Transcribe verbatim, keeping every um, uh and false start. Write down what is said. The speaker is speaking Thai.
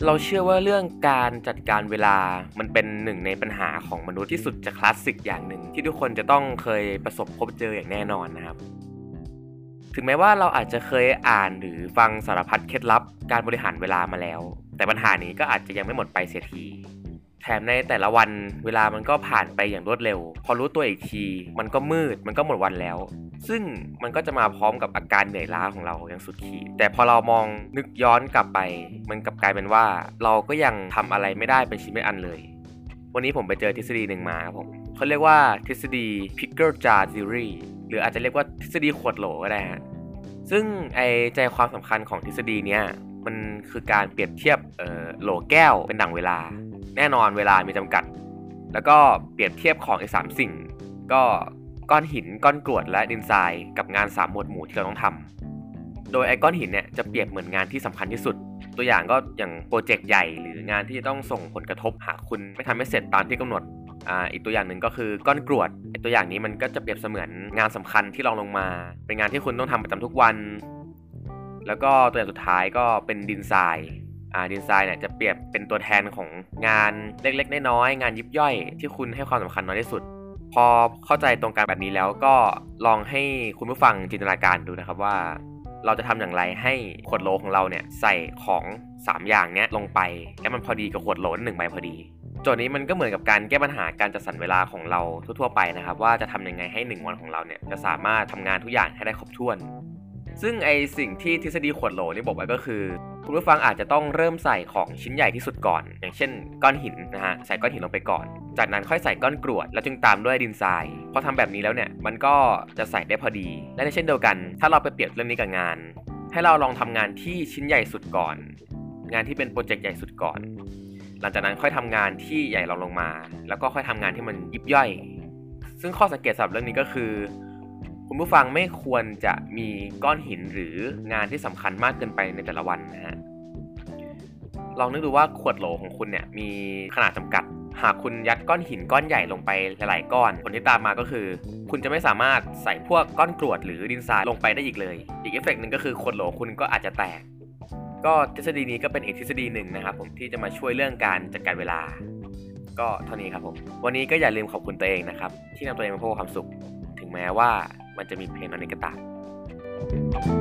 เราเชื่อว่าเรื่องการจัดการเวลามันเป็นหนึ่งในปัญหาของมนุษย์ที่สุดจะคลาสสิกอย่างหนึ่งที่ทุกคนจะต้องเคยประสบพบเจออย่างแน่นอนนะครับถึงแม้ว่าเราอาจจะเคยอ่านหรือฟังสารพัดเคล็ดลับการบริหารเวลามาแล้วแต่ปัญหานี้ก็อาจจะยังไม่หมดไปเสียทีแถมในแต่ละวันเวลามันก็ผ่านไปอย่างรวดเร็วพอรู้ตัวอีกทีมันก็มืดมันก็หมดวันแล้วซึ่งมันก็จะมาพร้อมกับอาการเหนื่อยล้าของเราอย่างสุดขีดแต่พอเรามองนึกย้อนกลับไปมันกลับกลายเป็นว่าเราก็ยังทำอะไรไม่ได้เป็นชิ้นเป็นอันเลยวันนี้ผมไปเจอทฤษฎีหนึ่งมาครับผมเขาเรียกว่าทฤษฎี Pickle Jar Theory หรืออาจจะเรียกว่าทฤษฎีขวดโหลก็ได้ฮะซึ่งไอใจความสำคัญของทฤษฎีเนี้ยมันคือการเปรียบเทียบเอ่อโหลแก้วเป็นดั่งเวลาแน่นอนเวลามีจำกัดแล้วก็เปรียบเทียบของอีกสามสิ่งก็ก้อนหินก้อนกรวดและดินทรายกับงานสามหมวดหมู่ที่เราต้องทำโดยไอ้ก้อนหินเนี่ยจะเปรียบเหมือนงานที่สำคัญที่สุดตัวอย่างก็อย่างโปรเจกต์ใหญ่หรืองานที่จะต้องส่งผลกระทบหากคุณไม่ทำให้เสร็จตามที่กำหนดอ่าอีกตัวอย่างหนึ่งก็คือก้อนกรวดไอ้ตัวอย่างนี้มันก็จะเปรียบเสมือนงานสำคัญที่รองลงมาเป็นงานที่คุณต้องทำประจำทุกวันแล้วก็ตัวอย่างสุดท้ายก็เป็นดินทรายอ่าดินทรายเนี่ยจะเปรียบเป็นตัวแทนของงานเล็กๆน้อยๆงานยิบย่อยที่คุณให้ความสำคัญน้อยที่สุดพอเข้าใจตรงกันแบบนี้แล้วก็ลองให้คุณผู้ฟังจินตนาการดูนะครับว่าเราจะทำอย่างไรให้ขวดโหลของเราเนี่ยใส่ของสามอย่างเนี้ยลงไปแล้วมันพอดีกับขวดโหลหนึ่งใบพอดีโจทย์นี้มันก็เหมือนกับการแก้ปัญหาการจัดสรรเวลาของเราทั่วๆไปนะครับว่าจะทำยังไงให้หนึ่งวันของเราเนี่ยจะสามารถทำงานทุกอย่างให้ได้ครบถ้วนซึ่งไอสิ่งที่ทฤษฎีขวดโหลนี่บอกไว้ก็คือคุณผู้ฟังอาจจะต้องเริ่มใส่ของชิ้นใหญ่ที่สุดก่อนอย่างเช่นก้อนหินนะฮะใส่ก้อนหินลงไปก่อนจากนั้นค่อยใส่ก้อนกรวดแล้วจึงตามด้วยดินทรายพอทำแบบนี้แล้วเนี่ยมันก็จะใส่ได้พอดีและในเช่นเดียวกันถ้าเราไปเปรียบเรื่องนี้กับงานให้เราลองทำงานที่ชิ้นใหญ่สุดก่อนงานที่เป็นโปรเจกต์ใหญ่สุดก่อนหลังจากนั้นค่อยทำงานที่ใหญ่รองลงมาแล้วก็ค่อยทำงานที่มันยิบย่อยซึ่งข้อสังเกตสำหรับเรื่องนี้ก็คือคุณผู้ฟังไม่ควรจะมีก้อนหินหรืองานที่สำคัญมากเกินไปในแต่ละวันนะฮะลองนึกดูว่าขวดโหลของคุณเนี่ยมีขนาดจำกัดหากคุณยัดก้อนหินก้อนใหญ่ลงไปหลายๆก้อนผลที่ตามมาก็คือคุณจะไม่สามารถใส่พวกก้อนกรวดหรือดินทรายลงไปได้อีกเลยอีกเอฟเฟกต์นึงก็คือขวดโหลคุณก็อาจจะแตกก็ทฤษฎีนี้ก็เป็นอีกทฤษฎีหนึ่งนะครับผมที่จะมาช่วยเรื่องการจัดการเวลาก็เท่านี้ครับผมวันนี้ก็อย่าลืมขอบคุณตัวเองนะครับที่นำตัวเองมาพบความสุขถึงแม้ว่ามันจะมีเพลงน้อยนิดก็ตาม